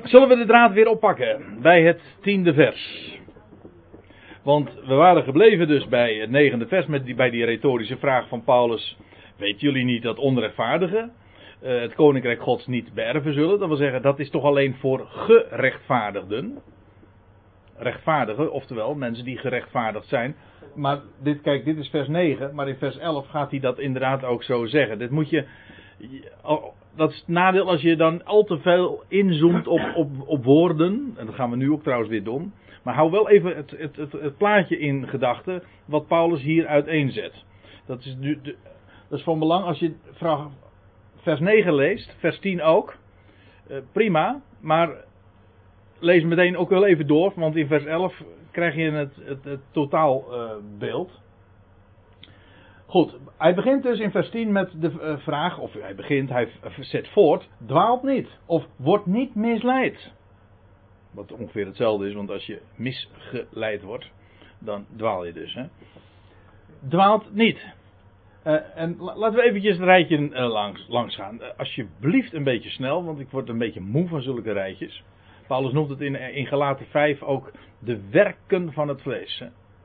Zullen we de draad weer oppakken bij het 10e vers. Want we waren gebleven dus bij het 9e vers bij die retorische vraag van Paulus. Weten jullie niet dat onrechtvaardigen het koninkrijk Gods niet beërven zullen? Dat wil zeggen, dat is toch alleen voor gerechtvaardigden. Rechtvaardigen, oftewel mensen die gerechtvaardigd zijn. Maar dit is vers 9, maar in vers 11 gaat hij dat inderdaad ook zo zeggen. Dat is het nadeel als je dan al te veel inzoomt op woorden. En dat gaan we nu ook trouwens weer doen. Maar hou wel even het plaatje in gedachten wat Paulus hier uiteenzet. Dat is van belang als je vers 9 leest, vers 10 ook. Prima, maar lees meteen ook wel even door, want in vers 11 krijg je het totaalbeeld. Goed, hij begint dus in vers 10 met de vraag, hij zet voort, dwaalt niet, of wordt niet misleid. Wat ongeveer hetzelfde is, want als je misgeleid wordt, dan dwaal je dus. Hè? Dwaalt niet. En laten we eventjes het rijtje langs gaan. Alsjeblieft een beetje snel, want ik word een beetje moe van zulke rijtjes. Paulus noemt het in Galaten 5 ook de werken van het vlees.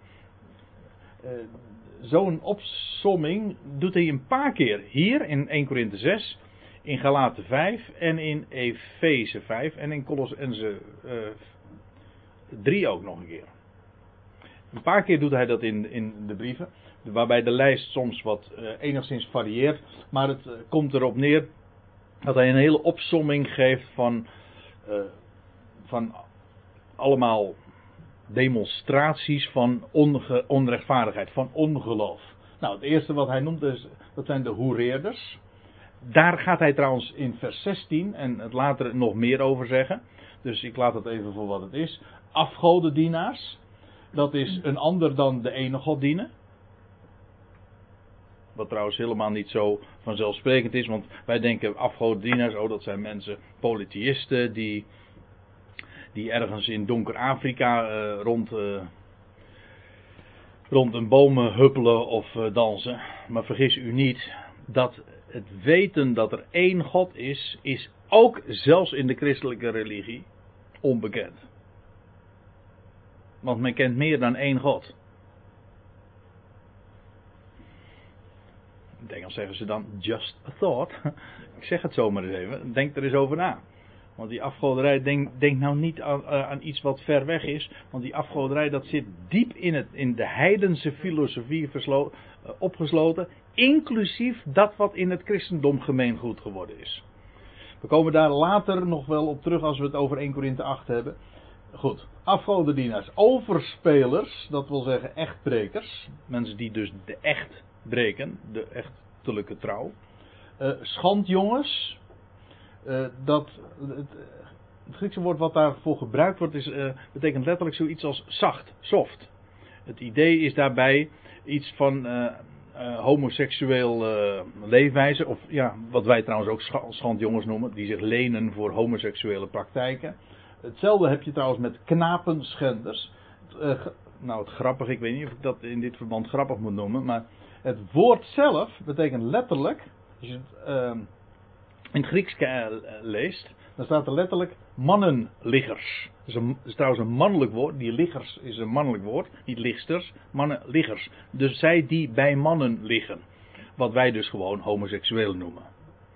Zo'n opsomming doet hij een paar keer hier in 1 Korinthe 6, in Galaten 5 en in Efeze 5 en in Kolossenzen 3 ook nog een keer. Een paar keer doet hij dat in de brieven, waarbij de lijst soms wat enigszins varieert, maar het komt erop neer dat hij een hele opsomming geeft van allemaal demonstraties van onrechtvaardigheid, van ongeloof. Nou, het eerste wat hij noemt, dat zijn de hoereerders. Daar gaat hij trouwens in vers 16 en het later nog meer over zeggen. Dus ik laat het even voor wat het is. Afgodendienaars. Dat is een ander dan de ene God dienen. Wat trouwens helemaal niet zo vanzelfsprekend is. Want wij denken afgodendienaars, dat zijn mensen, polytheïsten, die ergens in donker Afrika rond een boom huppelen of dansen. Maar vergis u niet, dat het weten dat er één God is ook zelfs in de christelijke religie onbekend. Want men kent meer dan één God. In het Engels zeggen ze dan just a thought. Ik zeg het zomaar eens even. Denk er eens over na. Want die afgoderij, denk nou niet aan iets wat ver weg is. Want die afgoderij, dat zit diep in de heidense filosofie opgesloten. Inclusief dat wat in het christendom gemeengoed geworden is. We komen daar later nog wel op terug als we het over 1 Korinthe 8 hebben. Goed, afgodendienaars, overspelers, dat wil zeggen echtbrekers. Mensen die dus de echt breken, de echtelijke trouw. Schandjongens. Het Griekse woord wat daarvoor gebruikt wordt betekent letterlijk zoiets als zacht, soft. Het idee is daarbij iets van homoseksueel leefwijze, of ja, wat wij trouwens ook schandjongens noemen, die zich lenen voor homoseksuele praktijken. Hetzelfde heb je trouwens met knapenschenders. Het grappig, ik weet niet of ik dat in dit verband grappig moet noemen, maar het woord zelf betekent letterlijk, als je het in het Grieks leest, dan staat er letterlijk mannenliggers. Dat is trouwens een mannelijk woord. Die liggers is een mannelijk woord. Niet lichters, mannenliggers. Dus zij die bij mannen liggen. Wat wij dus gewoon homoseksueel noemen.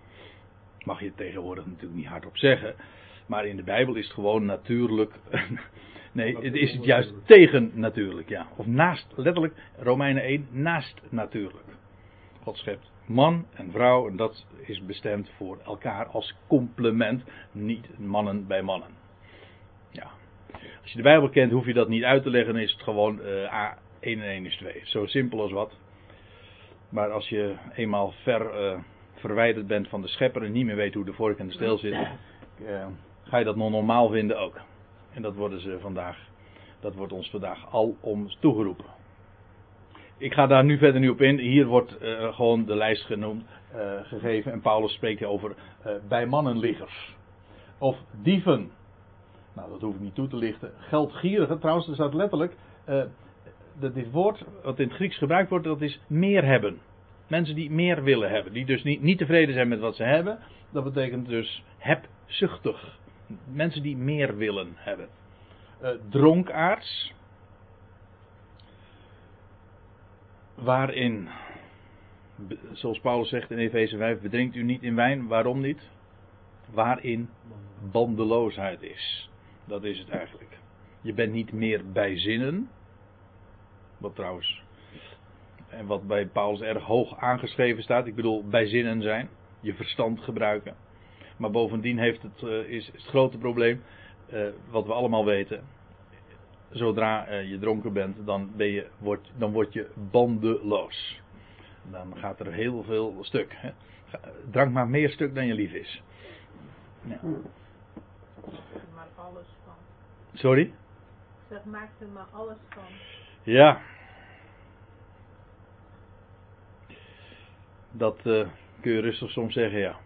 Mag je tegenwoordig natuurlijk niet hardop zeggen. Maar in de Bijbel is het gewoon natuurlijk. Nee, het is het juist tegen natuurlijk. Ja. Of naast, letterlijk, Romeinen 1, naast natuurlijk. God schept man en vrouw en dat is bestemd voor elkaar als complement, niet mannen bij mannen. Ja. Als je de Bijbel kent hoef je dat niet uit te leggen, dan is het gewoon 1 en 1 is 2. Zo simpel als wat. Maar als je eenmaal verwijderd bent van de schepper en niet meer weet hoe de vork en de steel zitten, ga je dat nog normaal vinden ook. En dat wordt ons vandaag alom toegeroepen. Ik ga daar nu verder niet op in. Hier wordt gewoon de lijst gegeven. En Paulus spreekt over bij mannenliggers. Of dieven. Nou, dat hoef ik niet toe te lichten. Geldgierigen. Trouwens, er staat letterlijk. Dit woord wat in het Grieks gebruikt wordt, dat is meer hebben. Mensen die meer willen hebben. Die dus niet tevreden zijn met wat ze hebben. Dat betekent dus hebzuchtig. Mensen die meer willen hebben. Dronkaards. Waarin, zoals Paulus zegt in Efeze 5, bedrinkt u niet in wijn. Waarom niet? Waarin bandeloosheid is. Dat is het eigenlijk. Je bent niet meer bij zinnen. Wat trouwens, en wat bij Paulus erg hoog aangeschreven staat. Ik bedoel, bij zinnen zijn. Je verstand gebruiken. Maar bovendien is het grote probleem, wat we allemaal weten. Zodra je dronken bent, dan word je bandeloos. Dan gaat er heel veel stuk. Hè? Drank maar meer stuk dan je lief is. Ja. Maar alles van. Sorry? Zeg, maak er maar alles van. Ja. Dat kun je rustig soms zeggen, ja.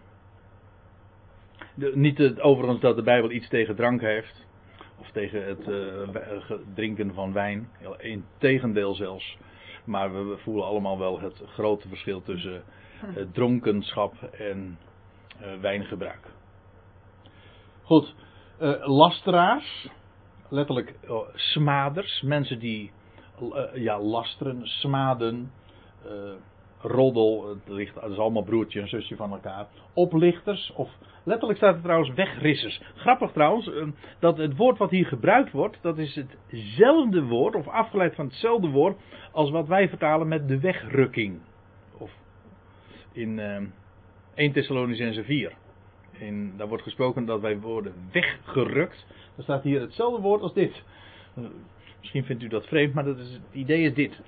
Niet overigens dat de Bijbel iets tegen drank heeft. Of tegen het drinken van wijn. Integendeel zelfs. Maar we voelen allemaal wel het grote verschil tussen dronkenschap en wijngebruik. Goed. Lasteraars. Letterlijk smaders. Mensen die lasteren, smaden. Roddel. Dat is allemaal broertje en zusje van elkaar. Oplichters. Of letterlijk staat er trouwens wegrissers. Grappig trouwens. Dat het woord wat hier gebruikt wordt. Dat is hetzelfde woord. Of afgeleid van hetzelfde woord. Als wat wij vertalen met de wegrukking. Of in 1 Thessalonicenzen 4. Daar wordt gesproken dat wij worden weggerukt. Dan staat hier hetzelfde woord als dit. Misschien vindt u dat vreemd. Maar het idee is dit.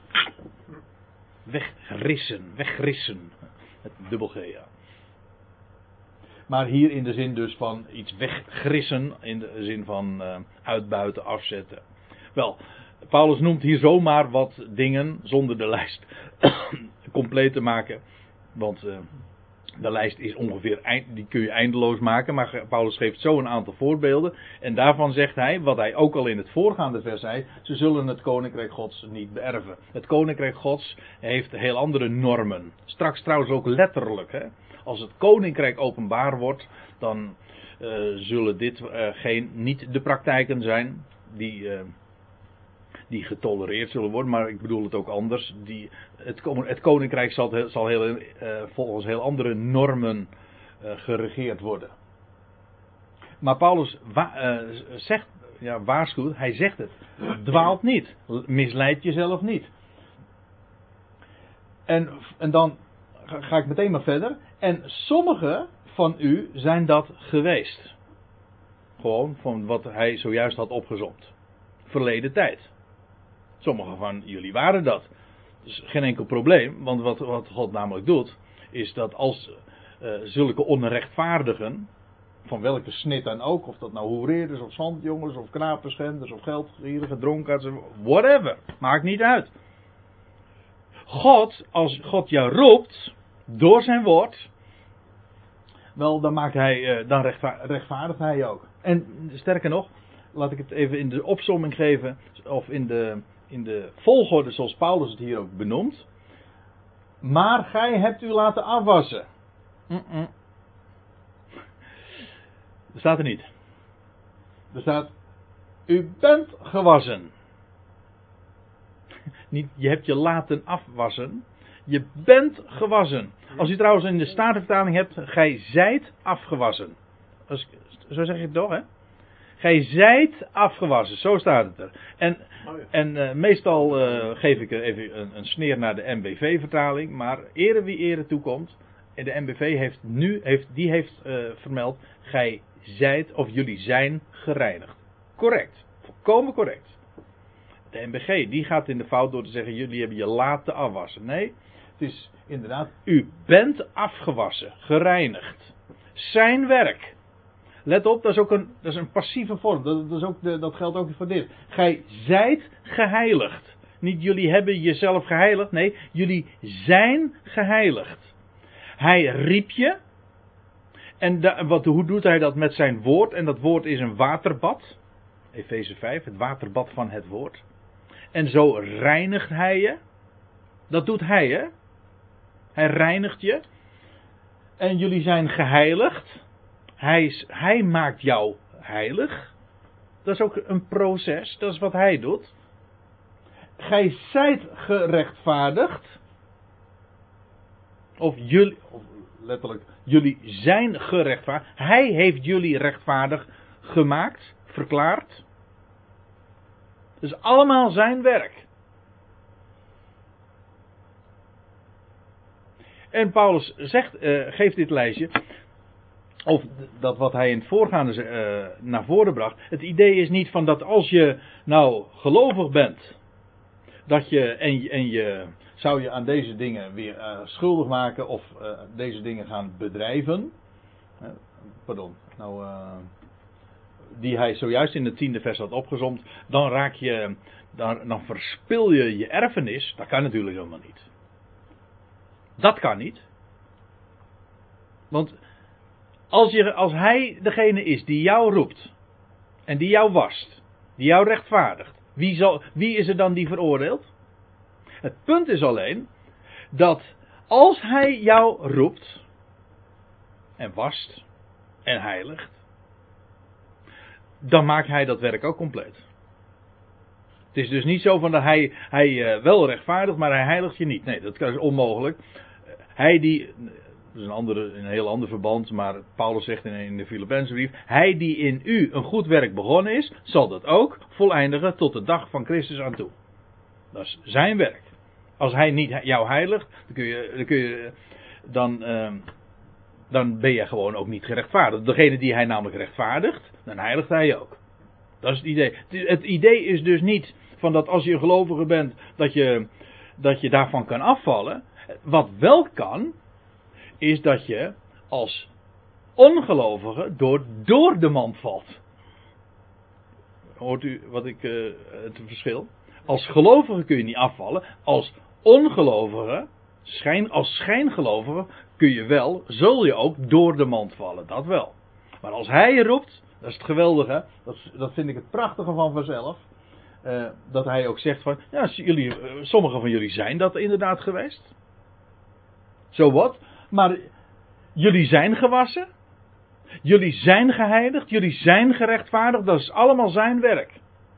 Wegrissen. Met dubbel G, ja. Maar hier in de zin dus van iets weggrissen. In de zin van uitbuiten, afzetten. Wel, Paulus noemt hier zomaar wat dingen. Zonder de lijst compleet te maken. Want de lijst is ongeveer, die kun je eindeloos maken. Maar Paulus geeft zo een aantal voorbeelden. En daarvan zegt hij, wat hij ook al in het voorgaande vers zei. Ze zullen het koninkrijk Gods niet beërven. Het koninkrijk Gods heeft heel andere normen. Straks trouwens ook letterlijk. Hè. Als het koninkrijk openbaar wordt. Dan zullen dit niet de praktijken zijn. Die getolereerd zullen worden, maar ik bedoel het ook anders. Het koninkrijk zal volgens heel andere normen geregeerd worden. Maar Paulus waarschuwt, hij zegt het. Dwaalt niet. Misleid jezelf niet. En dan ga ik meteen maar verder. En sommigen van u zijn dat geweest. Gewoon van wat hij zojuist had opgezomd. Verleden tijd. Sommigen van jullie waren dat. Dus geen enkel probleem. Want wat God namelijk doet. Is dat als zulke onrechtvaardigen. Van welke snit dan ook. Of dat nou hoereerders of zandjongens. Of knapenschenders. Of geldgierigen. Dronkaards. Whatever. Maakt niet uit. Als God jou roept. Door zijn woord. Wel dan rechtvaardigt hij je ook. En sterker nog. Laat ik het even in de opsomming geven. Of in de volgorde zoals Paulus het hier ook benoemt. Maar gij hebt u laten afwassen. Dat staat er niet. Er staat. U bent gewassen. Niet je hebt je laten afwassen. Je bent gewassen. Als u trouwens in de Statenvertaling hebt. Gij zijt afgewassen. Zo zeg je het toch, hè? Gij zijt afgewassen, zo staat het er. En meestal geef ik er even een sneer naar de MBV-vertaling. Maar ere wie ere toekomt. En de MBV heeft vermeld. Gij zijt of jullie zijn gereinigd. Correct. Volkomen correct. De MBG die gaat in de fout door te zeggen. Jullie hebben je laten afwassen. Nee, het is inderdaad. U bent afgewassen. Gereinigd. Zijn werk. Let op, dat is een passieve vorm. Dat geldt ook voor dit. Gij zijt geheiligd. Niet jullie hebben jezelf geheiligd. Nee, jullie zijn geheiligd. Hij riep je. En hoe doet hij dat met zijn woord? En dat woord is een waterbad. Efeze 5, het waterbad van het woord. En zo reinigt hij je. Dat doet hij, hè? Hij reinigt je. En jullie zijn geheiligd. Hij maakt jou heilig. Dat is ook een proces, dat is wat hij doet. Gij zijt gerechtvaardigd. Of jullie, of letterlijk, jullie zijn gerechtvaardigd. Hij heeft jullie rechtvaardig gemaakt, verklaard. Dus allemaal zijn werk. En Paulus zegt, geeft dit lijstje, of dat wat hij in het voorgaande naar voren bracht. Het idee is niet van dat als je nou gelovig bent, dat je en je zou je aan deze dingen weer schuldig maken of deze dingen gaan bedrijven. Die hij zojuist in het 10e vers had opgezomd. Dan verspil je je erfenis. Dat kan natuurlijk helemaal niet. Dat kan niet. Want als hij degene is die jou roept. En die jou wast. Die jou rechtvaardigt. Wie is er dan die veroordeelt? Het punt is alleen. Dat als hij jou roept. En wast. En heiligt. Dan maakt hij dat werk ook compleet. Het is dus niet zo van dat hij wel rechtvaardigt, maar hij heiligt je niet. Nee, dat is onmogelijk. Dat is een heel ander verband, maar Paulus zegt in de Filippenzenbrief: hij die in u een goed werk begonnen is, zal dat ook voleindigen tot de dag van Christus aan toe. Dat is zijn werk. Als hij niet jou heiligt, dan ben je gewoon ook niet gerechtvaardigd. Degene die hij namelijk rechtvaardigt, dan heiligt hij je ook. Dat is het idee. Het idee is dus niet van dat als je een gelovige bent, dat je daarvan kan afvallen. Wat wel kan, is dat je als ongelovige door de mand valt. Hoort u het verschil? Als gelovige kun je niet afvallen. Als ongelovige, als schijngelovige, zul je ook door de mand vallen. Dat wel. Maar als hij je roept, dat is het geweldige. Dat vind ik het prachtige van vanzelf. Dat hij ook zegt van, ja, sommigen van jullie zijn dat inderdaad geweest. Zo wat. Maar jullie zijn gewassen. Jullie zijn geheiligd. Jullie zijn gerechtvaardigd. Dat is allemaal zijn werk.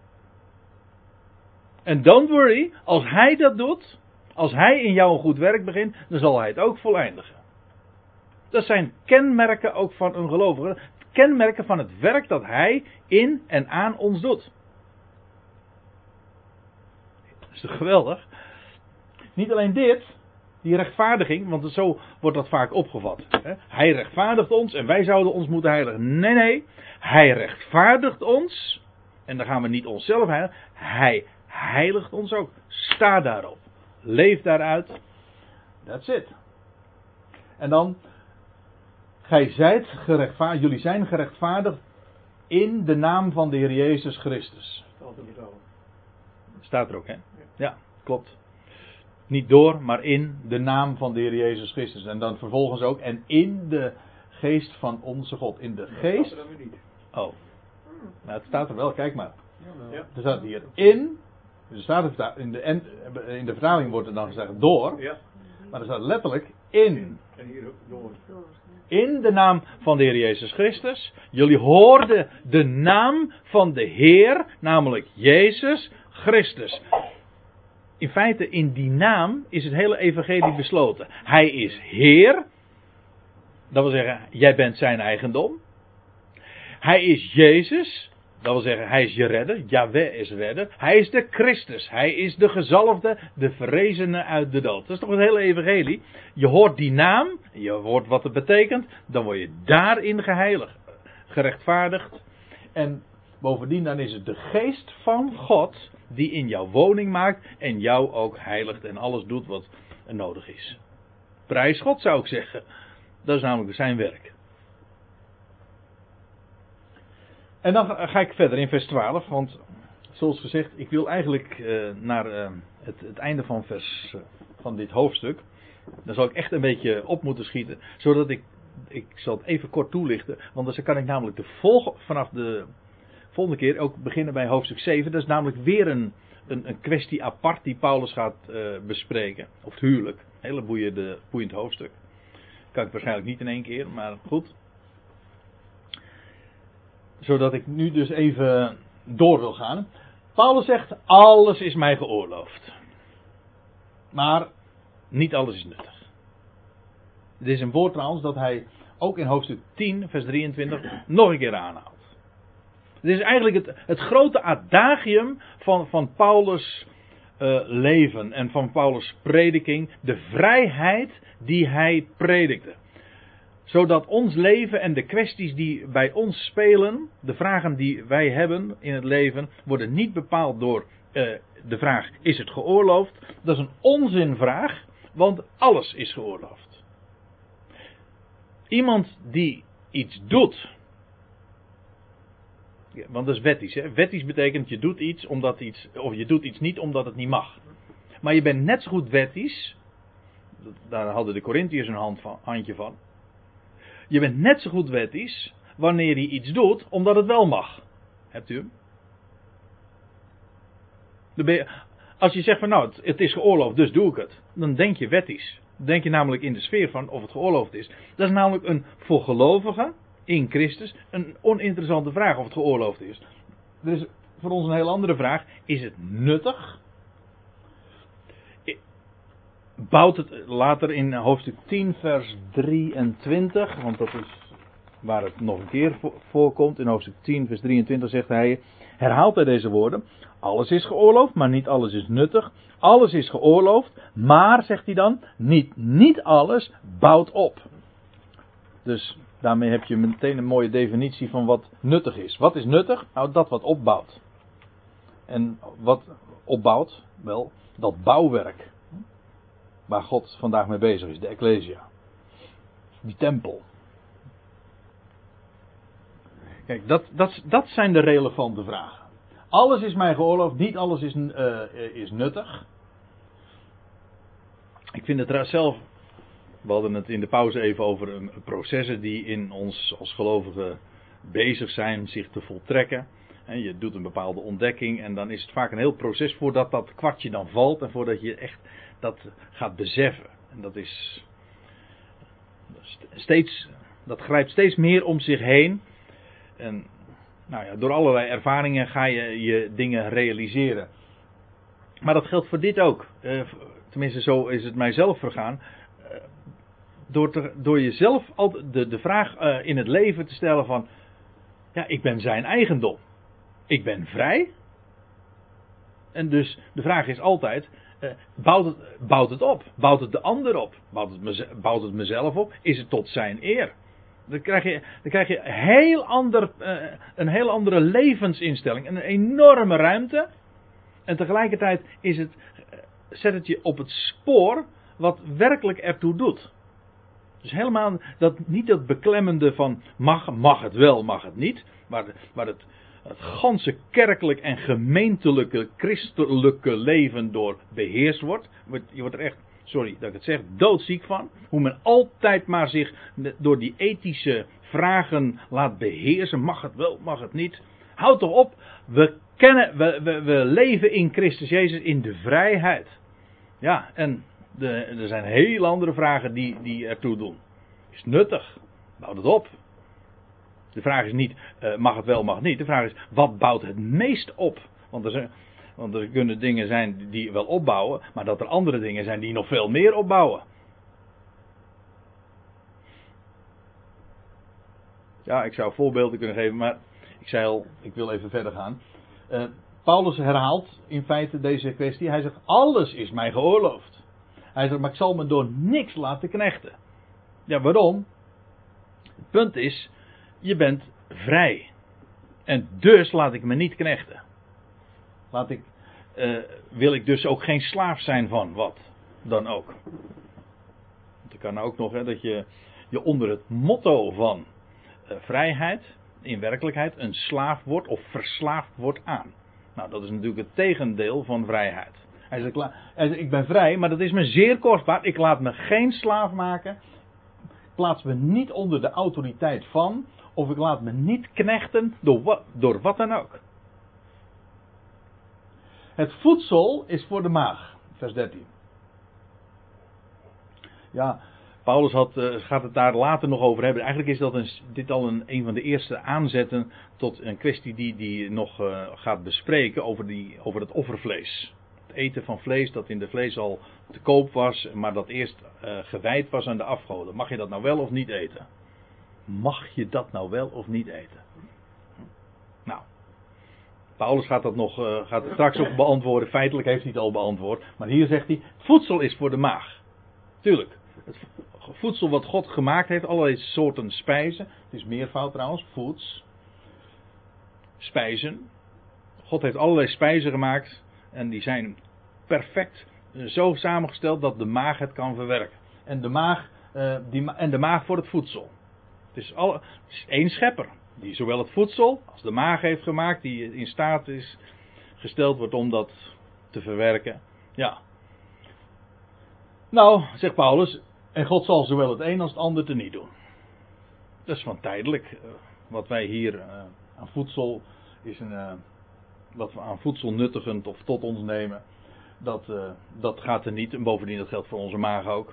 En don't worry, als hij dat doet, als hij in jou een goed werk begint, dan zal hij het ook voleindigen. Dat zijn kenmerken ook van een gelovige. Kenmerken van het werk dat hij in en aan ons doet. Dat is toch geweldig? Niet alleen dit, die rechtvaardiging, want zo wordt dat vaak opgevat. Hij rechtvaardigt ons en wij zouden ons moeten heiligen. Nee, hij rechtvaardigt ons en dan gaan we niet onszelf heiligen. Hij heiligt ons ook. Sta daarop. Leef daaruit. That's it. En dan, jullie zijn gerechtvaardigd in de naam van de Heer Jezus Christus. Staat er ook, hè? Ja, klopt. Niet door, maar in de naam van de Heer Jezus Christus. En dan vervolgens ook, en in de geest van onze God. In de geest. Oh. Nou, het staat er wel, kijk maar. Er staat hier in. Er staat in de vertaling wordt er dan gezegd door. Maar er staat letterlijk in. En hier ook door. In de naam van de Heer Jezus Christus. Jullie hoorden de naam van de Heer, namelijk Jezus Christus. In feite, in die naam is het hele evangelie besloten. Hij is Heer. Dat wil zeggen, jij bent zijn eigendom. Hij is Jezus. Dat wil zeggen, hij is je redder. Yahweh is redder. Hij is de Christus. Hij is de gezalfde, de verrezene uit de dood. Dat is toch het hele evangelie. Je hoort die naam. Je hoort wat het betekent. Dan word je daarin geheiligd. Gerechtvaardigd. En bovendien dan is het de geest van God die in jouw woning maakt. En jou ook heiligt. En alles doet wat nodig is. Prijs God zou ik zeggen. Dat is namelijk zijn werk. En dan ga ik verder in vers 12, want zoals gezegd, ik wil eigenlijk naar het einde van dit hoofdstuk. Dan zal ik echt een beetje op moeten schieten, zodat ik zal het even kort toelichten, want dan kan ik namelijk vanaf de volgende keer ook beginnen bij hoofdstuk 7. Dat is namelijk weer een kwestie apart die Paulus gaat bespreken, of het huwelijk. Hele boeiend hoofdstuk. Kan ik waarschijnlijk niet in één keer, maar goed. zodat ik nu dus even door wil gaan. Paulus zegt, alles is mij geoorloofd. Maar niet alles is nuttig. Dit is een woord trouwens dat hij ook in hoofdstuk 10, vers 23 nog een keer aanhaalt. Dit is eigenlijk het grote adagium van Paulus' leven en van Paulus' prediking. De vrijheid die hij predikte. Zodat ons leven en de kwesties die bij ons spelen, de vragen die wij hebben in het leven, worden niet bepaald door de vraag, is het geoorloofd? Dat is een onzinvraag, want alles is geoorloofd. Iemand die iets doet, want dat is wettisch. Hè? Wettisch betekent je doet iets omdat iets, of je doet iets niet omdat het niet mag. Maar je bent net zo goed wettisch, daar hadden de Korintiërs een handje van. Je bent net zo goed wettisch wanneer je iets doet omdat het wel mag. Hebt u hem? Als je zegt van nou, het is geoorloofd, dus doe ik het. Dan denk je wettisch. Dan denk je namelijk in de sfeer van of het geoorloofd is. Dat is namelijk een voor gelovigen in Christus een oninteressante vraag of het geoorloofd is. Dus voor ons een heel andere vraag. Is het nuttig? Bouwt het later in hoofdstuk 10 vers 23. Want dat is waar het nog een keer voorkomt. In hoofdstuk 10 vers 23 zegt hij. Herhaalt hij deze woorden. Alles is geoorloofd, maar niet alles is nuttig. Alles is geoorloofd, maar, zegt hij dan, niet alles bouwt op. Dus daarmee heb je meteen een mooie definitie van wat nuttig is. Wat is nuttig? Nou, dat wat opbouwt. En wat opbouwt? Wel, dat bouwwerk. Waar God vandaag mee bezig is, de Ecclesia. Die tempel. Kijk, dat zijn de relevante vragen. Alles is mij geoorloofd, niet alles is nuttig. Ik vind het zelf, we hadden het in de pauze even over een processen die in ons als gelovigen bezig zijn zich te voltrekken. En je doet een bepaalde ontdekking en dan is het vaak een heel proces voordat dat kwartje dan valt en voordat je echt dat gaat beseffen. En dat grijpt steeds meer om zich heen. En nou ja, door allerlei ervaringen ga je dingen realiseren. Maar dat geldt voor dit ook. Tenminste, zo is het mijzelf vergaan. Door jezelf altijd de vraag in het leven te stellen van... Ja, ik ben zijn eigendom. Ik ben vrij. En dus de vraag is altijd... bouwt het op? Bouwt het de ander op? Bouwt het mezelf op? Is het tot zijn eer? Dan krijg je een heel andere levensinstelling. Een enorme ruimte. En tegelijkertijd zet het je op het spoor wat werkelijk ertoe doet. Dus helemaal niet dat beklemmende van mag het wel, mag het niet. Waar het ganse kerkelijk en gemeentelijke christelijke leven door beheerst wordt. Je wordt er echt, sorry dat ik het zeg, doodziek van. Hoe men altijd maar zich door die ethische vragen laat beheersen. Mag het wel, mag het niet. Houd toch op. We leven in Christus Jezus in de vrijheid. Ja, en er zijn heel andere vragen die ertoe doen. Is het nuttig? Bouw het op. De vraag is niet, mag het wel, mag het niet. De vraag is, wat bouwt het meest op? Want er kunnen dingen zijn die wel opbouwen, maar dat er andere dingen zijn die nog veel meer opbouwen. Ja, ik zou voorbeelden kunnen geven, maar ik zei al, ik wil even verder gaan. Paulus herhaalt in feite deze kwestie. Hij zegt, alles is mij geoorloofd. Hij zegt, maar ik zal me door niks laten knechten. Ja, waarom? Het punt is, je bent vrij. En dus laat ik me niet knechten. Wil ik dus ook geen slaaf zijn van wat dan ook. Want er kan ook nog dat je onder het motto van vrijheid in werkelijkheid een slaaf wordt of verslaafd wordt aan. Nou, dat is natuurlijk het tegendeel van vrijheid. Hij zegt, ik ben vrij, maar dat is me zeer kostbaar. Ik laat me geen slaaf maken. Ik plaats me niet onder de autoriteit van. Of ik laat me niet knechten door wat dan ook. Het voedsel is voor de maag. Vers 13. Ja, Paulus gaat het daar later nog over hebben. Eigenlijk is dat dit al een van de eerste aanzetten tot een kwestie die nog gaat bespreken over het offervlees. Het eten van vlees dat in de vlees al te koop was, maar dat eerst gewijd was aan de afgoden. Mag je dat nou wel of niet eten? Mag je dat nou wel of niet eten? Nou, Paulus gaat het straks ook beantwoorden. Feitelijk heeft hij het al beantwoord. Maar hier zegt hij, voedsel is voor de maag. Tuurlijk. Het voedsel wat God gemaakt heeft, allerlei soorten spijzen. Het is meervoud trouwens, foods. Spijzen. God heeft allerlei spijzen gemaakt. En die zijn perfect zo samengesteld dat de maag het kan verwerken. En de maag voor het voedsel. Het is één schepper. Die zowel het voedsel als de maag heeft gemaakt. Die in staat is gesteld wordt om dat te verwerken. Ja. Nou, zegt Paulus. En God zal zowel het een als het ander teniet doen. Dat is van tijdelijk. Wat wij hier aan voedsel wat we aan voedsel nuttigend of tot ons nemen. Dat gaat er niet. En bovendien dat geldt voor onze maag ook.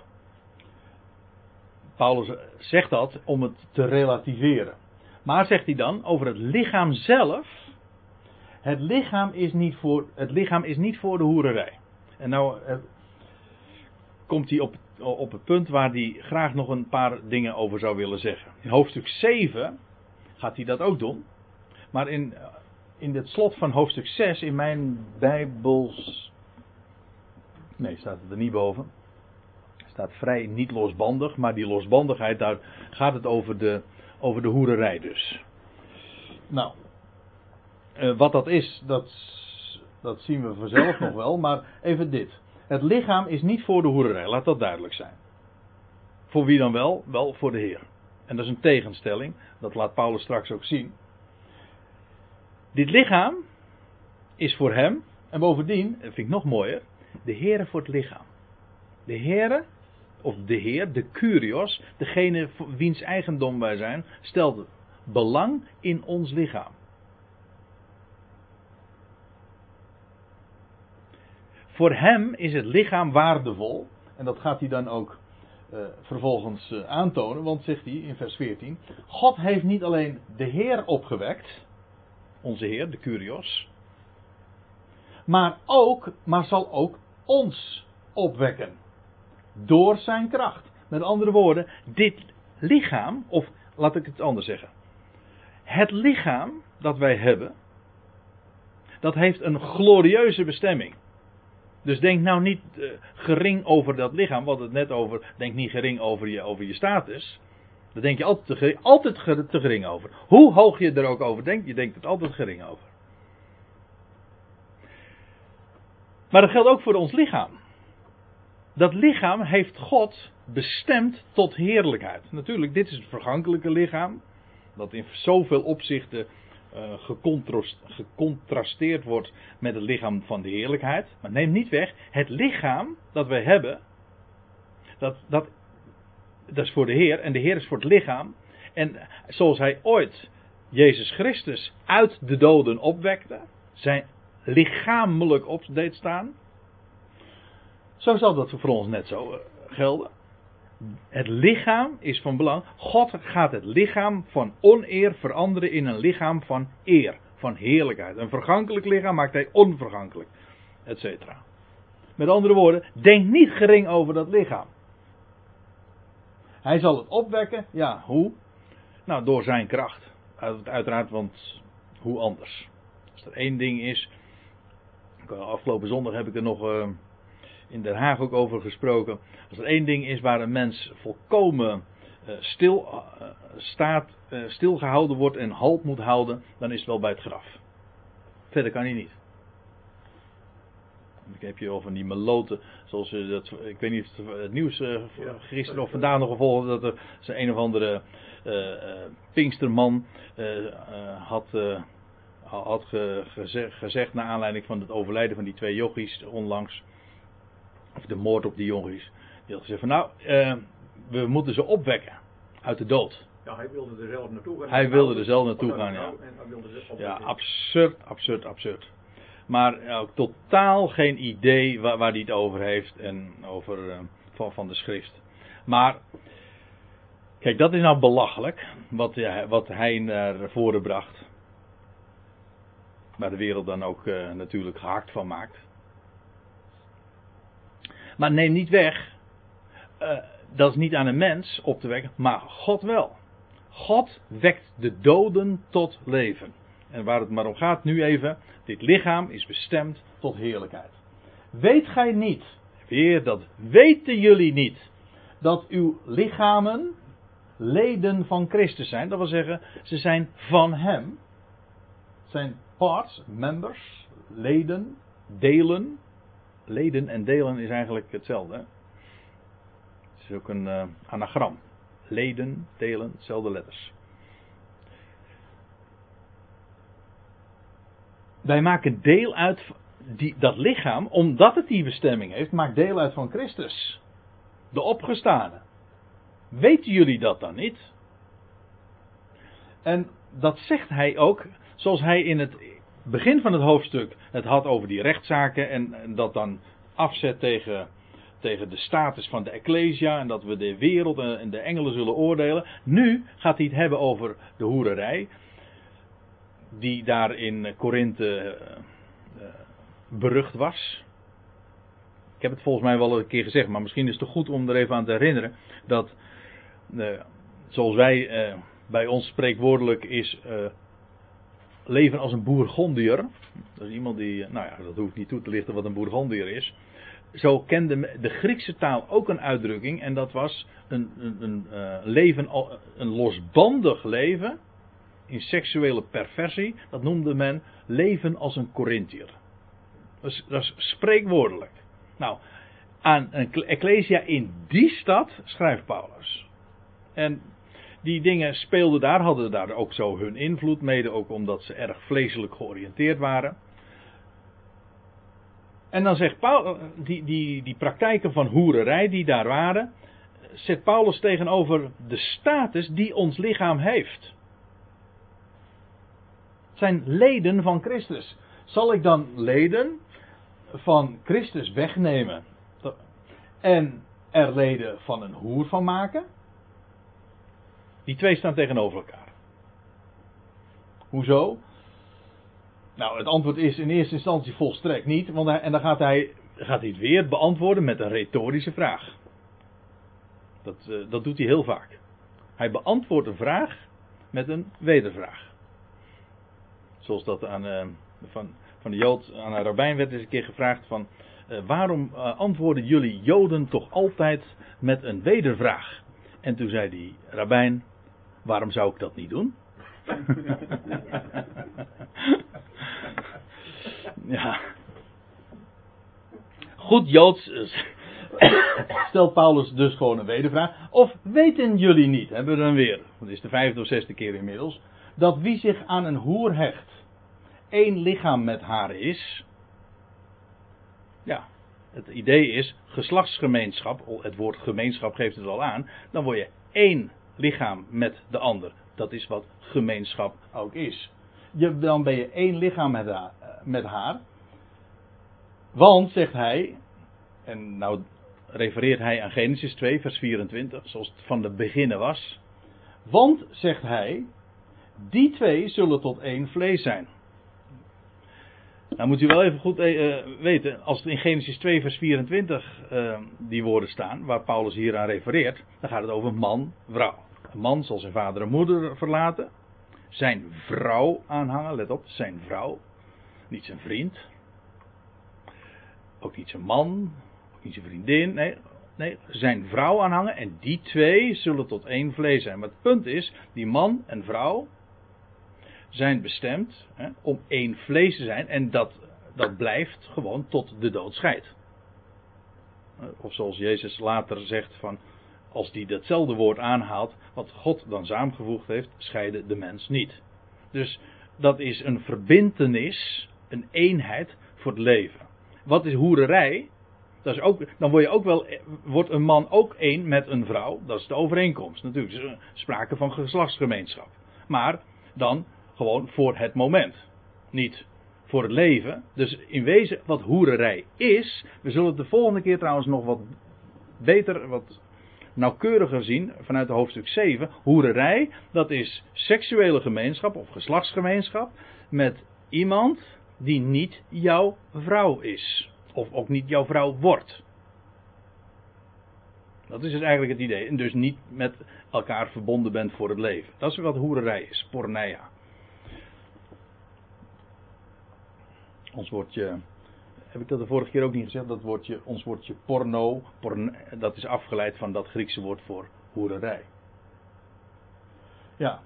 Paulus zegt dat om het te relativeren. Maar zegt hij dan over het lichaam zelf. Het lichaam is niet voor de hoererij. En nou komt hij op het punt waar hij graag nog een paar dingen over zou willen zeggen. In hoofdstuk 7 gaat hij dat ook doen. Maar in het slot van hoofdstuk 6 in mijn Bijbels... Nee, staat het er niet boven. Het staat vrij niet losbandig. Maar die losbandigheid, daar gaat het over de hoererij dus. Nou, wat dat is, dat zien we vanzelf nog wel. Maar even dit. Het lichaam is niet voor de hoererij, laat dat duidelijk zijn. Voor wie dan wel? Wel voor de Heer. En dat is een tegenstelling, dat laat Paulus straks ook zien. Dit lichaam is voor hem, en bovendien, dat vind ik nog mooier, de Heere voor het lichaam. De Heere, of de Heer, de Kyrios, degene wiens eigendom wij zijn, stelt belang in ons lichaam. Voor hem is het lichaam waardevol. En dat gaat hij dan ook vervolgens aantonen. Want zegt hij in vers 14. God heeft niet alleen de Heer opgewekt. Onze Heer, de Kyrios. Maar zal ook ons opwekken. Door zijn kracht. Met andere woorden, dit lichaam, of laat ik het anders zeggen. Het lichaam dat wij hebben. Dat heeft een glorieuze bestemming. Dus denk nou niet gering over dat lichaam. We hadden het net over. Denk niet gering over je status. Daar denk je altijd te gering over. Hoe hoog je er ook over denkt. Je denkt het altijd gering over. Maar dat geldt ook voor ons lichaam. Dat lichaam heeft God bestemd tot heerlijkheid. Natuurlijk, dit is het vergankelijke lichaam. Dat in zoveel opzichten gecontrasteerd wordt met het lichaam van de heerlijkheid. Maar neem niet weg, het lichaam dat wij hebben, dat is voor de Heer en de Heer is voor het lichaam. En zoals hij ooit Jezus Christus uit de doden opwekte, zijn lichamelijk op deed staan, zo zal dat voor ons net zo gelden. Het lichaam is van belang. God gaat het lichaam van oneer veranderen in een lichaam van eer, van heerlijkheid. Een vergankelijk lichaam maakt hij onvergankelijk, etc. Met andere woorden, denk niet gering over dat lichaam. Hij zal het opwekken, ja, hoe? Nou, door zijn kracht. Uiteraard, want hoe anders? Als er één ding is, afgelopen zondag heb ik er nog in Den Haag ook over gesproken. Als er één ding is waar een mens volkomen stilgehouden wordt en halt moet houden, dan is het wel bij het graf. Verder kan hij niet. Ik heb je over die meloten, zoals dat, ik weet niet of het nieuws gisteren of vandaag nog gevolgd, dat er een of andere Pinksterman had gezegd naar aanleiding van het overlijden van die twee yogis onlangs. Of de moord op die jongens. Die had gezegd van nou, we moeten ze opwekken uit de dood. Ja, hij wilde er zelf naartoe gaan. Hij wilde er zelf naartoe gaan, ja. Ja, absurd. Maar ook totaal geen idee waar hij het over heeft en over van de schrift. Maar, kijk, dat is nou belachelijk, wat hij naar voren bracht. Waar de wereld dan ook natuurlijk gehakt van maakt. Maar neem niet weg, dat is niet aan een mens op te wekken, maar God wel. God wekt de doden tot leven. En waar het maar om gaat nu even, dit lichaam is bestemd tot heerlijkheid. Weet gij niet, weer dat weten jullie niet, dat uw lichamen leden van Christus zijn. Dat wil zeggen, ze zijn van hem. Het zijn parts, members, leden, delen. Leden en delen is eigenlijk hetzelfde. Hè? Het is ook een anagram. Leden, delen, hetzelfde letters. Wij maken deel uit, dat lichaam, omdat het die bestemming heeft, maakt deel uit van Christus. De opgestane. Weten jullie dat dan niet? En dat zegt hij ook, zoals hij in het begin van het hoofdstuk het had over die rechtszaken en dat dan afzet tegen de status van de Ecclesia en dat we de wereld en de engelen zullen oordelen. Nu gaat hij het hebben over de hoererij die daar in Korinthe berucht was. Ik heb het volgens mij wel een keer gezegd, maar misschien is het goed om er even aan te herinneren dat zoals wij bij ons spreekwoordelijk is leven als een bourgondier. Dat is iemand die, nou ja, dat hoeft niet toe te lichten wat een bourgondier is. Zo kende de Griekse taal ook een uitdrukking en dat was een losbandig leven in seksuele perversie. Dat noemde men leven als een Korinthiër. Dat is spreekwoordelijk. Nou, aan een ecclesia in die stad schrijft Paulus. En die dingen speelden daar, hadden daar ook zo hun invloed, mede ook omdat ze erg vleeselijk georiënteerd waren. En dan zegt Paulus, die praktijken van hoererij die daar waren, zet Paulus tegenover de status die ons lichaam heeft. Het zijn leden van Christus. Zal ik dan leden van Christus wegnemen en er leden van een hoer van maken? Die twee staan tegenover elkaar. Hoezo? Nou, het antwoord is in eerste instantie volstrekt niet. En dan gaat hij het weer beantwoorden met een retorische vraag. Dat doet hij heel vaak. Hij beantwoordt een vraag met een wedervraag. Zoals dat van de Jood aan een rabbijn werd eens een keer gevraagd van... waarom antwoorden jullie Joden toch altijd met een wedervraag? En toen zei die rabbijn, waarom zou ik dat niet doen? Ja. Goed Joods stelt Paulus dus gewoon een wedervraag. Of weten jullie niet, hebben we dan weer, dat is de 5e of 6e keer inmiddels, dat wie zich aan een hoer hecht, één lichaam met haar is. Ja, het idee is geslachtsgemeenschap, het woord gemeenschap geeft het al aan, dan word je één lichaam met de ander. Dat is wat gemeenschap ook is. Dan ben je één lichaam met haar. Want, zegt hij, en nou refereert hij aan Genesis 2, vers 24, zoals het van de beginnen was. Want, zegt hij, die twee zullen tot één vlees zijn. Nou moet u wel even goed weten, als het in Genesis 2 vers 24 die woorden staan, waar Paulus hier aan refereert, dan gaat het over man, vrouw. Een man zal zijn vader en moeder verlaten, zijn vrouw aanhangen, let op, zijn vrouw, niet zijn vriend, ook niet zijn man, ook niet zijn vriendin, nee, zijn vrouw aanhangen en die twee zullen tot één vlees zijn. Maar het punt is, die man en vrouw zijn bestemd om één vlees te zijn en dat blijft gewoon tot de dood scheidt. Of zoals Jezus later zegt van, als die datzelfde woord aanhaalt, wat God dan samengevoegd heeft, scheiden de mens niet. Dus dat is een verbintenis, een eenheid voor het leven. Wat is hoererij? Dat is ook, dan wordt een man ook één met een vrouw, dat is de overeenkomst. Natuurlijk, er is sprake van geslachtsgemeenschap. Maar dan gewoon voor het moment. Niet voor het leven. Dus in wezen wat hoererij is. We zullen het de volgende keer trouwens nog wat beter, wat nauwkeuriger zien vanuit hoofdstuk 7. Hoererij, dat is seksuele gemeenschap of geslachtsgemeenschap met iemand die niet jouw vrouw is. Of ook niet jouw vrouw wordt. Dat is dus eigenlijk het idee. En dus niet met elkaar verbonden bent voor het leven. Dat is wat hoererij is, porneia. Ons woordje, heb ik dat de vorige keer ook niet gezegd? Ons woordje porno, dat is afgeleid van dat Griekse woord voor hoererij. Ja.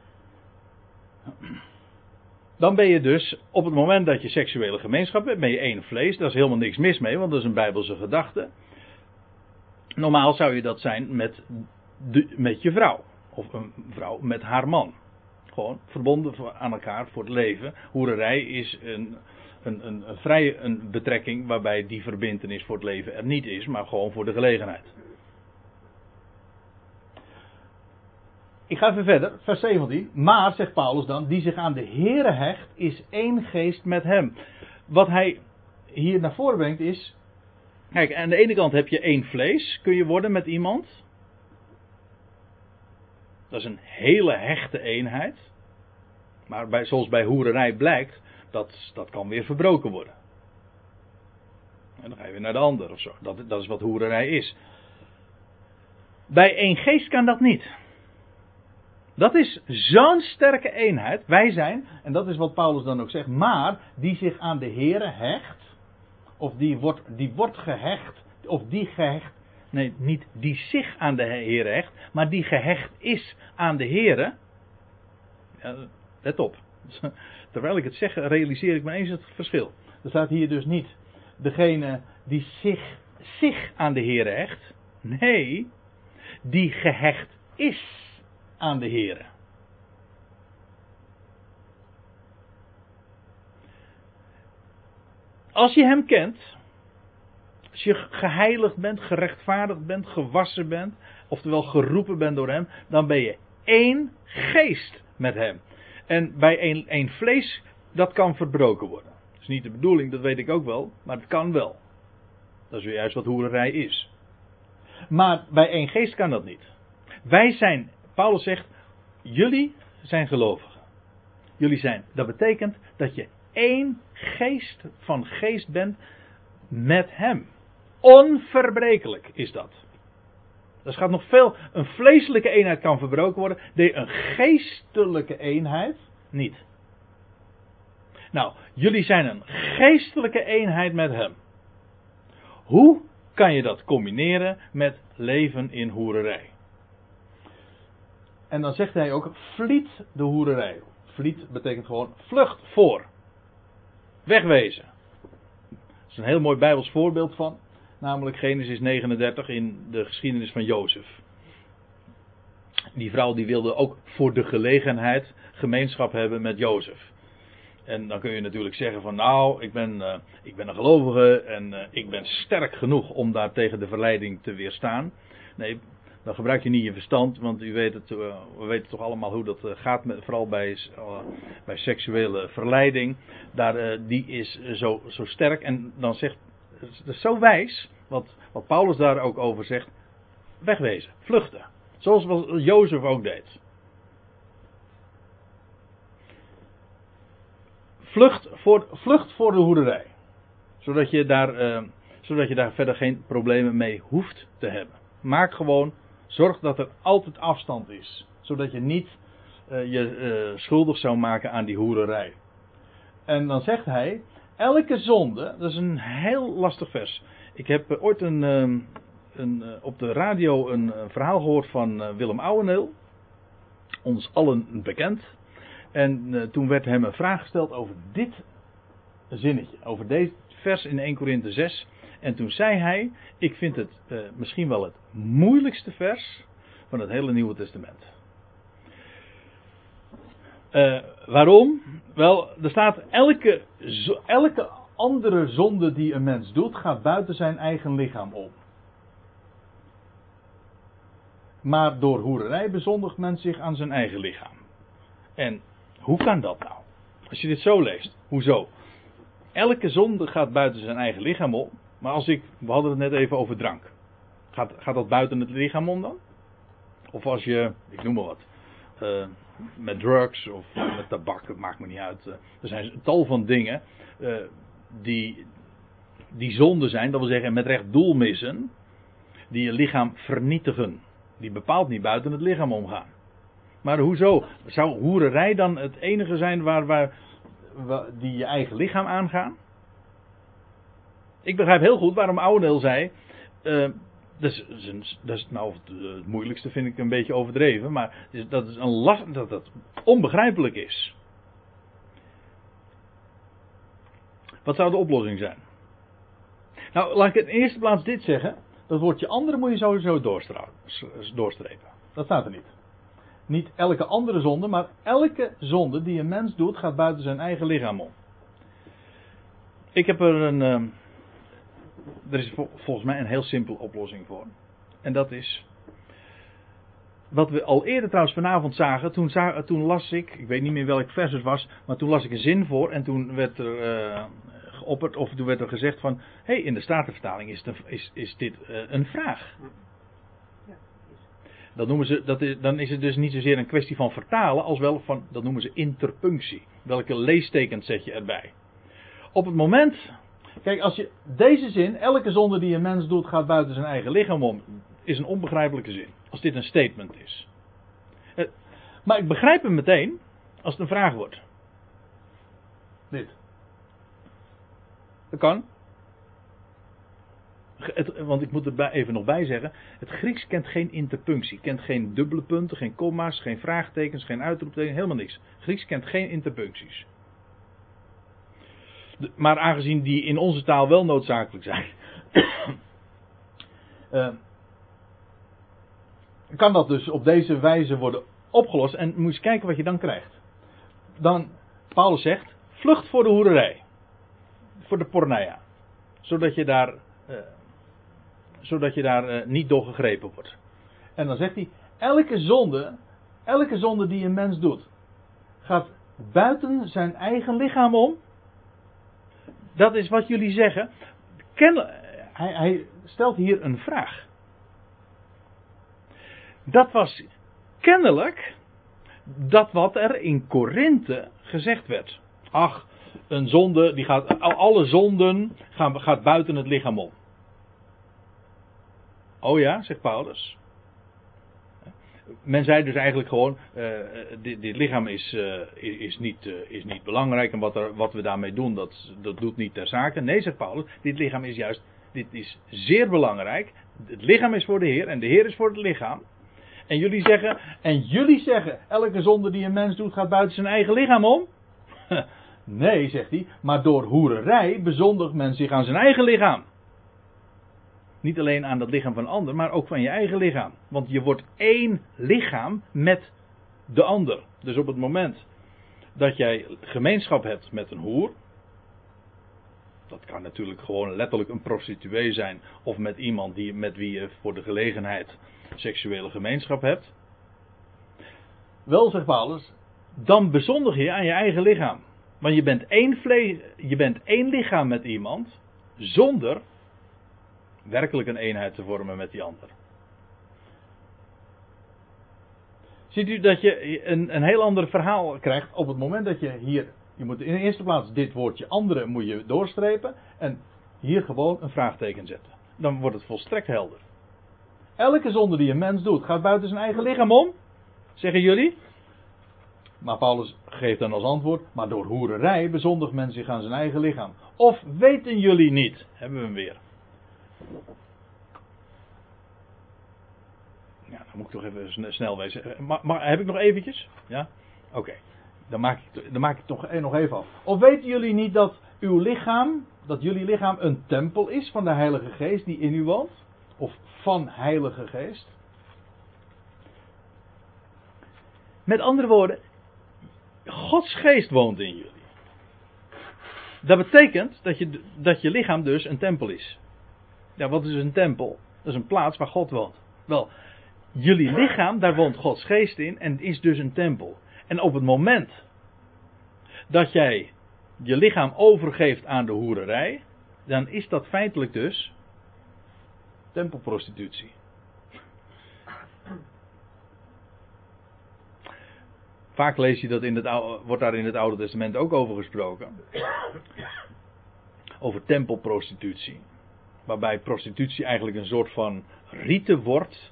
Dan ben je dus, op het moment dat je seksuele gemeenschap hebt, ben je één vlees. Daar is helemaal niks mis mee, want dat is een bijbelse gedachte. Normaal zou je dat zijn met je vrouw. Of een vrouw met haar man. Gewoon verbonden aan elkaar voor het leven. Hoererij is een betrekking waarbij die verbintenis voor het leven er niet is, maar gewoon voor de gelegenheid. Ik ga even verder, vers 17. Maar, zegt Paulus dan, die zich aan de Here hecht, is één geest met hem. Wat hij hier naar voren brengt is, kijk, aan de ene kant heb je één vlees, kun je worden met iemand. Dat is een hele hechte eenheid. Maar zoals bij hoererij blijkt, dat kan weer verbroken worden. En dan ga je weer naar de ander of zo. Dat is wat hoererij is. Bij één geest kan dat niet. Dat is zo'n sterke eenheid. Wij zijn, en dat is wat Paulus dan ook zegt, maar die zich aan de Here hecht, of die wordt gehecht, of die gehecht, nee, niet die zich aan de Here hecht, maar die gehecht is aan de Here. Ja, let op. Terwijl ik het zeg, realiseer ik me eens het verschil. Er staat hier dus niet degene die zich aan de Here hecht. Nee, die gehecht is aan de Here. Als je hem kent, als je geheiligd bent, gerechtvaardigd bent, gewassen bent, oftewel geroepen bent door hem, dan ben je één geest met hem. En bij één vlees, dat kan verbroken worden. Dat is niet de bedoeling, dat weet ik ook wel, maar het kan wel. Dat is weer juist wat hoererij is. Maar bij één geest kan dat niet. Wij zijn, Paulus zegt, jullie zijn gelovigen. Jullie zijn, dat betekent dat je één geest van geest bent met hem. Onverbrekelijk is dat. Dus gaat nog veel, een vleeselijke eenheid kan verbroken worden, een geestelijke eenheid niet. Nou, jullie zijn een geestelijke eenheid met hem. Hoe kan je dat combineren met leven in hoererij? En dan zegt hij ook, vliet de hoererij. Vliet betekent gewoon vlucht voor. Wegwezen. Dat is een heel mooi Bijbels voorbeeld van. Namelijk Genesis 39 in de geschiedenis van Jozef. Die vrouw die wilde ook voor de gelegenheid gemeenschap hebben met Jozef. En dan kun je natuurlijk zeggen van nou, ik ben een gelovige en ik ben sterk genoeg om daar tegen de verleiding te weerstaan. Nee, dan gebruik je niet je verstand, want u weet het, we weten toch allemaal hoe dat gaat, vooral bij seksuele verleiding. Die is zo sterk en dan zegt, het is zo wijs, wat Paulus daar ook over zegt, wegwezen, vluchten. Zoals wat Jozef ook deed. Vlucht voor de hoererij. Zodat je daar verder geen problemen mee hoeft te hebben. Maak gewoon, zorg dat er altijd afstand is. Zodat je niet je schuldig zou maken aan die hoererij. En dan zegt hij, elke zonde, dat is een heel lastig vers. Ik heb ooit op de radio een verhaal gehoord van Willem Ouweneel. Ons allen bekend. En toen werd hem een vraag gesteld over dit zinnetje. Over dit vers in 1 Korinthe 6. En toen zei hij, ik vind het misschien wel het moeilijkste vers van het hele Nieuwe Testament. Waarom? Wel, er staat elke andere zonde die een mens doet, gaat buiten zijn eigen lichaam om. Maar door hoererij bezondigt men zich aan zijn eigen lichaam. En hoe kan dat nou? Als je dit zo leest, hoezo? Elke zonde gaat buiten zijn eigen lichaam om. Maar we hadden het net even over drank. Gaat dat buiten het lichaam om dan? Of als je, ik noem maar wat, met drugs of met tabak, het maakt me niet uit. Er zijn een tal van dingen die zonde zijn, dat wil zeggen met recht doel missen, die je lichaam vernietigen. Die bepaald niet buiten het lichaam omgaan. Maar hoezo? Zou hoererij dan het enige zijn die je eigen lichaam aangaan? Ik begrijp heel goed waarom Ouweneel zei, dat is nou het moeilijkste, vind ik een beetje overdreven, maar dat is een last dat het onbegrijpelijk is. Wat zou de oplossing zijn? Nou, laat ik in de eerste plaats dit zeggen. Dat woordje andere moet je sowieso doorstrepen. Dat staat er niet. Niet elke andere zonde, maar elke zonde die een mens doet, gaat buiten zijn eigen lichaam om. Ik heb er is volgens mij een heel simpele oplossing voor. En dat is, wat we al eerder trouwens vanavond zagen, toen las ik weet niet meer welk vers het was, maar toen las ik een zin voor en toen werd er geopperd, of toen werd er gezegd van, in de Statenvertaling is dit een vraag. Dan is het dus niet zozeer een kwestie van vertalen, als wel van, dat noemen ze interpunctie. Welke leestekens zet je erbij? Op het moment, kijk, als je deze zin, elke zonde die een mens doet gaat buiten zijn eigen lichaam om, is een onbegrijpelijke zin. Als dit een statement is. Maar ik begrijp hem meteen als het een vraag wordt. Dit. Dat kan. Want ik moet er even nog bij zeggen, het Grieks kent geen interpunctie, kent geen dubbele punten, geen komma's, geen vraagtekens, geen uitroeptekens, helemaal niks. Grieks kent geen interpuncties. Maar aangezien die in onze taal wel noodzakelijk zijn, kan dat dus op deze wijze worden opgelost. En moet je eens kijken wat je dan krijgt. Dan, Paulus zegt, vlucht voor de hoererij. Voor de porneia. Zodat je daar niet door gegrepen wordt. En dan zegt hij, elke zonde die een mens doet, gaat buiten zijn eigen lichaam om. Dat is wat jullie zeggen. Hij stelt hier een vraag. Dat was kennelijk dat wat er in Korinthe gezegd werd. Ach, een zonde, alle zonden gaat buiten het lichaam om. Oh ja, zegt Paulus. Men zei dus eigenlijk gewoon, dit lichaam is niet belangrijk en wat we daarmee doen, dat doet niet ter zake. Nee, zegt Paulus, dit is zeer belangrijk. Het lichaam is voor de Heer en de Heer is voor het lichaam. En jullie zeggen, elke zonde die een mens doet gaat buiten zijn eigen lichaam om? Nee, zegt hij, maar door hoererij bezondigt men zich aan zijn eigen lichaam. Niet alleen aan het lichaam van een ander, maar ook van je eigen lichaam. Want je wordt één lichaam met de ander. Dus op het moment dat jij gemeenschap hebt met een hoer. Dat kan natuurlijk gewoon letterlijk een prostituee zijn. Of met iemand met wie je voor de gelegenheid seksuele gemeenschap hebt. Wel, zegt Paulus, dan bezondig je aan je eigen lichaam. Want je bent één lichaam met iemand zonder werkelijk een eenheid te vormen met die ander. Ziet u dat je een heel ander verhaal krijgt op het moment dat je hier... Je moet in de eerste plaats dit woordje andere moet je doorstrepen. En hier gewoon een vraagteken zetten. Dan wordt het volstrekt helder. Elke zonde die een mens doet gaat buiten zijn eigen lichaam om. Zeggen jullie? Maar Paulus geeft dan als antwoord. Maar door hoererij bezondigt men zich aan zijn eigen lichaam. Of weten jullie niet? Hebben we hem weer. Ja, dan moet ik toch even snel wezen. Maar heb ik nog eventjes? Ja? Oké. Dan maak ik toch nog even af. Of weten jullie niet dat jullie lichaam een tempel is van de Heilige Geest die in u woont? Of van Heilige Geest? Met andere woorden, Gods Geest woont in jullie. Dat betekent dat je lichaam dus een tempel is. Ja, wat is een tempel? Dat is een plaats waar God woont. Wel, jullie lichaam, daar woont Gods Geest in en is dus een tempel. En op het moment dat jij je lichaam overgeeft aan de hoererij, dan is dat feitelijk dus Tempelprostitutie. Vaak lees je dat wordt daar in het Oude Testament ook over gesproken. Over tempelprostitutie. Waarbij prostitutie eigenlijk een soort van rite wordt.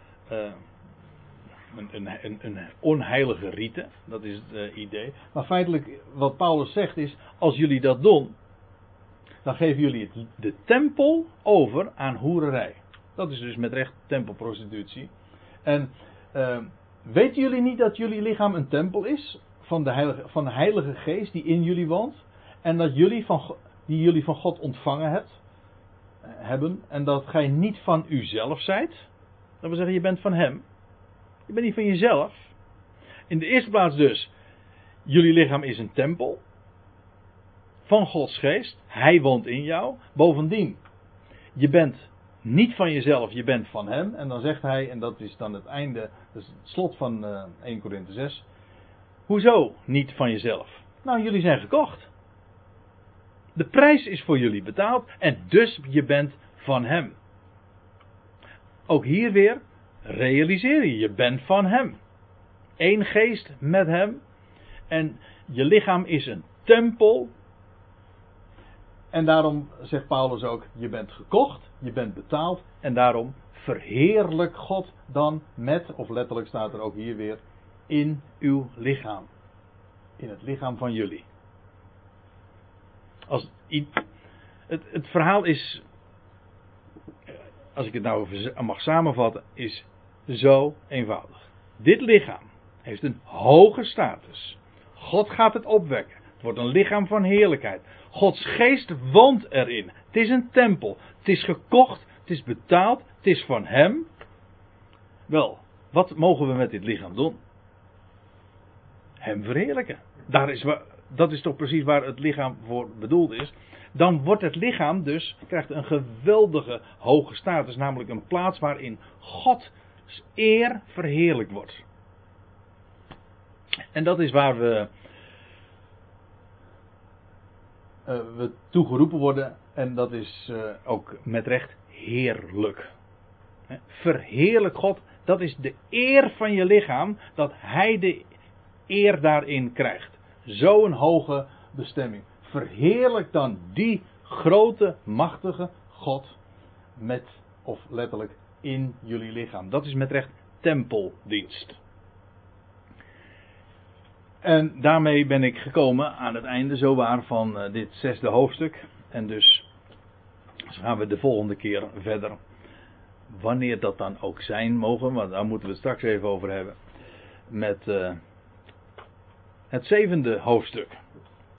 Een onheilige rite. Dat is het idee. Maar feitelijk wat Paulus zegt is. Als jullie dat doen. Dan geven jullie de tempel over aan hoererij. Dat is dus met recht tempelprostitutie. En weten jullie niet dat jullie lichaam een tempel is van de Heilige Geest die in jullie woont? En dat jullie van God ontvangen hebben. En dat gij niet van uzelf zijt. Dat wil zeggen, je bent van Hem. Je bent niet van jezelf. In de eerste plaats dus. Jullie lichaam is een tempel. Van Gods Geest. Hij woont in jou. Bovendien. Je bent niet van jezelf, je bent van Hem. En dan zegt hij, en dat is dan het einde, dat is het slot van 1 Korinthe 6. Hoezo niet van jezelf? Nou, jullie zijn gekocht. De prijs is voor jullie betaald en dus je bent van Hem. Ook hier weer, realiseer je bent van Hem. Eén geest met Hem. En je lichaam is een tempel. En daarom zegt Paulus ook, je bent gekocht, je bent betaald. En daarom verheerlijk God dan met, of letterlijk staat er ook hier weer, in uw lichaam. In het lichaam van jullie. Het verhaal is, als ik het nou even mag samenvatten, is zo eenvoudig. Dit lichaam heeft een hoge status. God gaat het opwekken. Het wordt een lichaam van heerlijkheid. Gods geest woont erin. Het is een tempel. Het is gekocht. Het is betaald. Het is van Hem. Wel, wat mogen we met dit lichaam doen? Hem verheerlijken. Dat is toch precies waar het lichaam voor bedoeld is. Dan wordt het lichaam dus, krijgt een geweldige hoge status. Namelijk een plaats waarin Gods eer verheerlijkt wordt. En dat is waar we toe geroepen worden. En dat is ook met recht heerlijk. Verheerlijk God. Dat is de eer van je lichaam. Dat Hij de eer daarin krijgt. Zo'n hoge bestemming. Verheerlijk dan die grote, machtige God. Met, of letterlijk, in jullie lichaam. Dat is met recht tempeldienst. En daarmee ben ik gekomen aan het einde zowaar van dit 6e hoofdstuk. En dus gaan we de volgende keer verder. Wanneer dat dan ook zijn mogen, want daar moeten we het straks even over hebben. Met het 7e hoofdstuk.